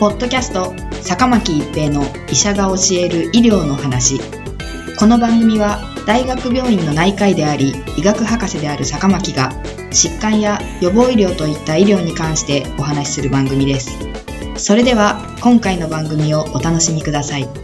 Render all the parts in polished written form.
ポッドキャスト坂巻一平の医者が教える医療の話。この番組は大学病院の内科医であり医学博士である坂巻が疾患や予防医療といった医療に関してお話しする番組です。それでは今回の番組をお楽しみください。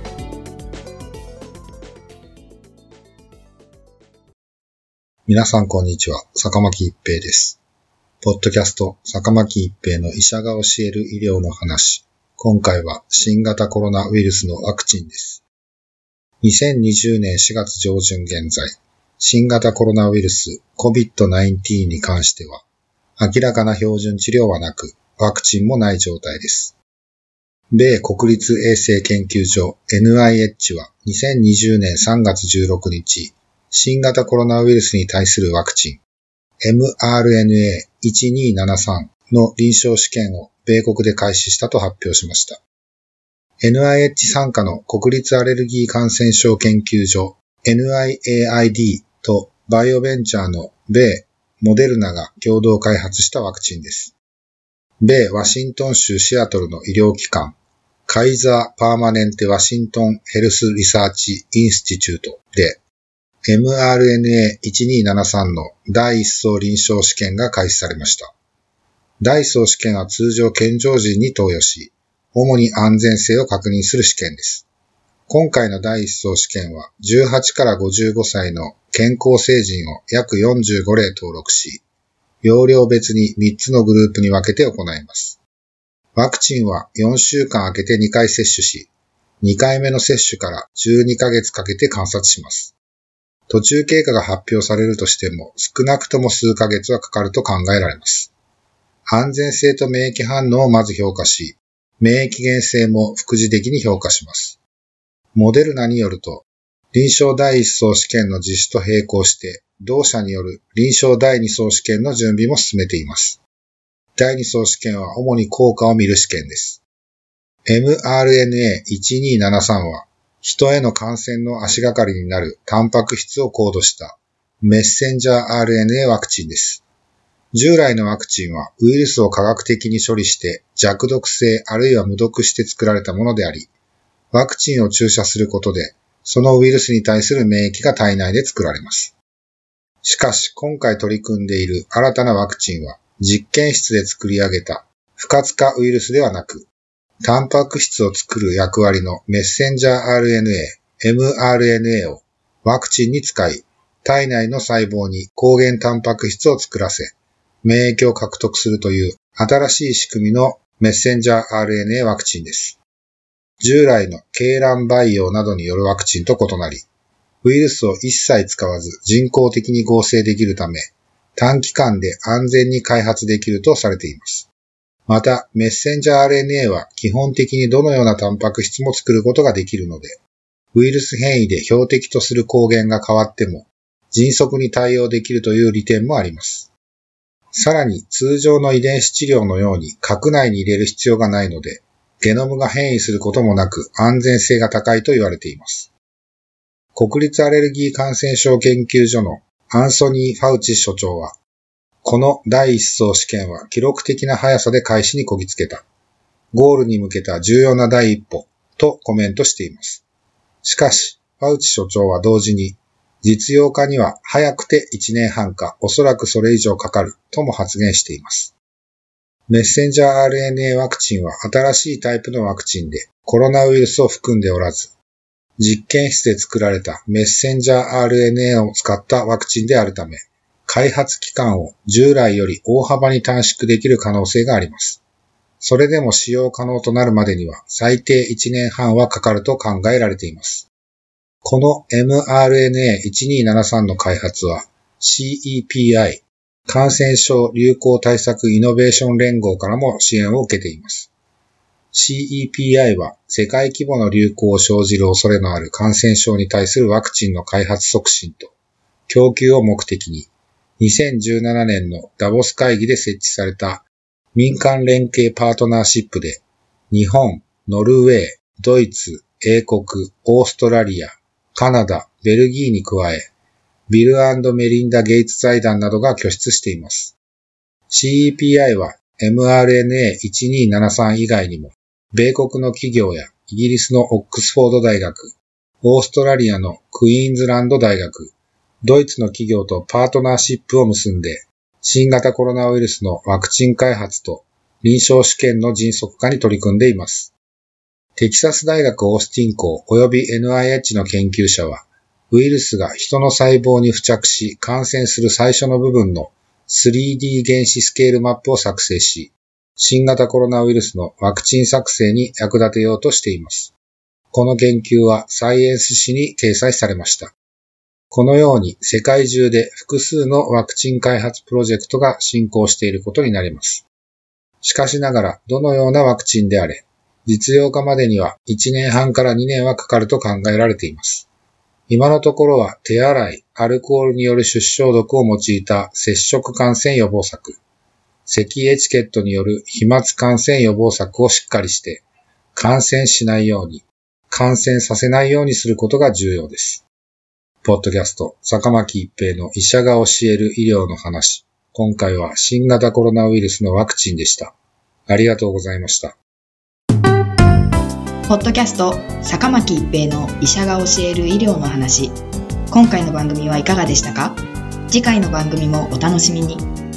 皆さんこんにちは、坂巻一平です。ポッドキャスト坂巻一平の医者が教える医療の話。今回は新型コロナウイルスのワクチンです。2020年4月上旬現在、新型コロナウイルス COVID-19 に関しては、明らかな標準治療はなく、ワクチンもない状態です。米国立衛生研究所 NIH は2020年3月16日、新型コロナウイルスに対するワクチン mRNA-1273 の臨床試験を米国で開始したと発表しました。NIH 傘下の国立アレルギー感染症研究所 NIAID とバイオベンチャーの米モデルナが共同開発したワクチンです。米ワシントン州シアトルの医療機関カイザーパーマネンテワシントンヘルスリサーチインスティチュートでmRNA-1273 の第一層臨床試験が開始されました。第一層試験は通常健常人に投与し、主に安全性を確認する試験です。今回の第一層試験は18から55歳の健康成人を約45例登録し、容量別に3つのグループに分けて行います。ワクチンは4週間空けて2回接種し、2回目の接種から12ヶ月かけて観察します。途中経過が発表されるとしても少なくとも数ヶ月はかかると考えられます。安全性と免疫反応をまず評価し、免疫原性も副次的に評価します。モデルナによると、臨床第一層試験の実施と並行して、同社による臨床第二層試験の準備も進めています。第二層試験は主に効果を見る試験です。mRNA-1273 は、人への感染の足がかりになるタンパク質をコードしたメッセンジャー RNA ワクチンです。従来のワクチンはウイルスを科学的に処理して弱毒性あるいは無毒して作られたものであり、ワクチンを注射することでそのウイルスに対する免疫が体内で作られます。しかし今回取り組んでいる新たなワクチンは実験室で作り上げた不活化ウイルスではなく、タンパク質を作る役割のメッセンジャー RNA、mRNA をワクチンに使い、体内の細胞に抗原タンパク質を作らせ、免疫を獲得するという新しい仕組みのメッセンジャー RNA ワクチンです。従来の鶏卵培養などによるワクチンと異なり、ウイルスを一切使わず人工的に合成できるため、短期間で安全に開発できるとされています。また、メッセンジャー RNA は基本的にどのようなタンパク質も作ることができるので、ウイルス変異で標的とする抗原が変わっても、迅速に対応できるという利点もあります。さらに、通常の遺伝子治療のように核内に入れる必要がないので、ゲノムが変異することもなく安全性が高いと言われています。国立アレルギー感染症研究所のアンソニー・ファウチ所長は、この第一層試験は記録的な速さで開始にこぎつけた。ゴールに向けた重要な第一歩とコメントしています。しかし、ファウチ所長は同時に、実用化には早くて1年半かおそらくそれ以上かかるとも発言しています。メッセンジャー RNA ワクチンは新しいタイプのワクチンでコロナウイルスを含んでおらず、実験室で作られたメッセンジャー RNA を使ったワクチンであるため、開発期間を従来より大幅に短縮できる可能性があります。それでも使用可能となるまでには最低1年半はかかると考えられています。この mRNA-1273 の開発は CEPI、感染症流行対策イノベーション連合からも支援を受けています。CEPI は世界規模の流行を生じる恐れのある感染症に対するワクチンの開発促進と供給を目的に2017年のダボス会議で設置された民間連携パートナーシップで日本、ノルウェー、ドイツ、英国、オーストラリア、カナダ、ベルギーに加え、ビル&メリンダ・ゲイツ財団などが拠出しています。CEPI は mRNA-1273 以外にも米国の企業やイギリスのオックスフォード大学、オーストラリアのクイーンズランド大学、ドイツの企業とパートナーシップを結んで、新型コロナウイルスのワクチン開発と臨床試験の迅速化に取り組んでいます。テキサス大学オースティン校及び NIH の研究者は、ウイルスが人の細胞に付着し感染する最初の部分の 3D 原子スケールマップを作成し、新型コロナウイルスのワクチン作成に役立てようとしています。この研究はサイエンス誌に掲載されました。このように世界中で複数のワクチン開発プロジェクトが進行していることになります。しかしながら、どのようなワクチンであれ、実用化までには1年半から2年はかかると考えられています。今のところは手洗い、アルコールによる手指消毒を用いた接触感染予防策、咳エチケットによる飛沫感染予防策をしっかりして、感染しないように、感染させないようにすることが重要です。ポッドキャスト、坂巻一平の医者が教える医療の話。今回は新型コロナウイルスのワクチンでした。ありがとうございました。 ポッドキャスト、坂巻一平の医者が教える医療の話。今回の番組はいかがでしたか？次回の番組もお楽しみに。